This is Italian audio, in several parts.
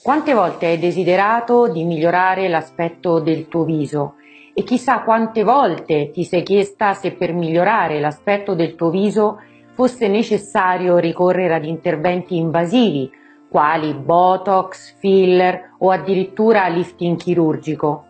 Quante volte hai desiderato di migliorare l'aspetto del tuo viso? E chissà quante volte ti sei chiesta se per migliorare l'aspetto del tuo viso fosse necessario ricorrere ad interventi invasivi, quali Botox, filler o addirittura lifting chirurgico.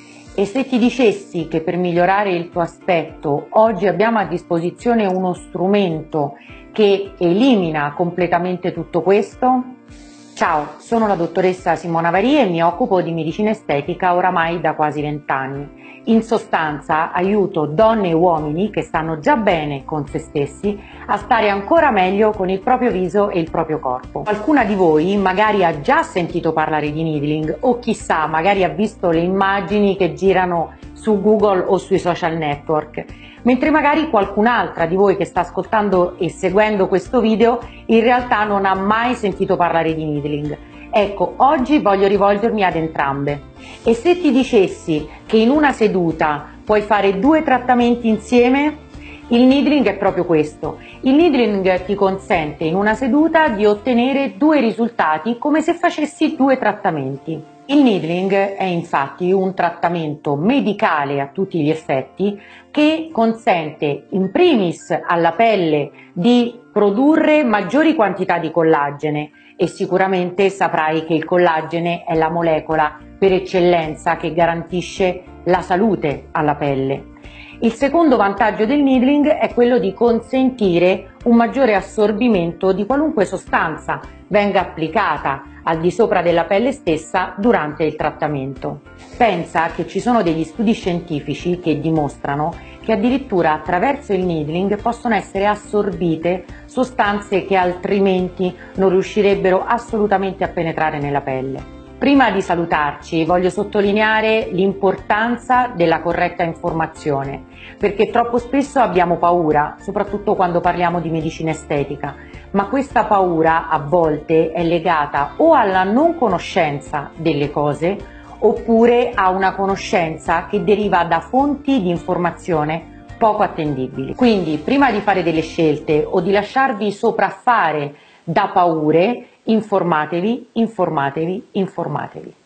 E se ti dicessi che per migliorare il tuo aspetto oggi abbiamo a disposizione uno strumento che elimina completamente tutto questo? Ciao, sono la dottoressa Simona Varie e mi occupo di medicina estetica oramai da quasi 20 anni. In sostanza aiuto donne e uomini che stanno già bene con se stessi a stare ancora meglio con il proprio viso e il proprio corpo. Qualcuna di voi magari ha già sentito parlare di needling o chissà, magari ha visto le immagini che girano su Google o sui social network, mentre magari qualcun'altra di voi che sta ascoltando e seguendo questo video in realtà non ha mai sentito parlare di needling. Ecco, oggi voglio rivolgermi ad entrambe. E se ti dicessi che in una seduta puoi fare 2 trattamenti insieme? Il needling è proprio questo. Il needling ti consente in una seduta di ottenere 2 risultati come se facessi 2 trattamenti. Il needling è infatti un trattamento medicale a tutti gli effetti che consente in primis alla pelle di produrre maggiori quantità di collagene e sicuramente saprai che il collagene è la molecola per eccellenza che garantisce la salute alla pelle. Il secondo vantaggio del needling è quello di consentire un maggiore assorbimento di qualunque sostanza venga applicata al di sopra della pelle stessa durante il trattamento. Pensa che ci sono degli studi scientifici che dimostrano che addirittura attraverso il needling possono essere assorbite sostanze che altrimenti non riuscirebbero assolutamente a penetrare nella pelle. Prima di salutarci voglio sottolineare l'importanza della corretta informazione, perché troppo spesso abbiamo paura, soprattutto quando parliamo di medicina estetica, ma questa paura a volte è legata o alla non conoscenza delle cose oppure a una conoscenza che deriva da fonti di informazione poco attendibili. Quindi prima di fare delle scelte o di lasciarvi sopraffare da paure, informatevi, informatevi, informatevi.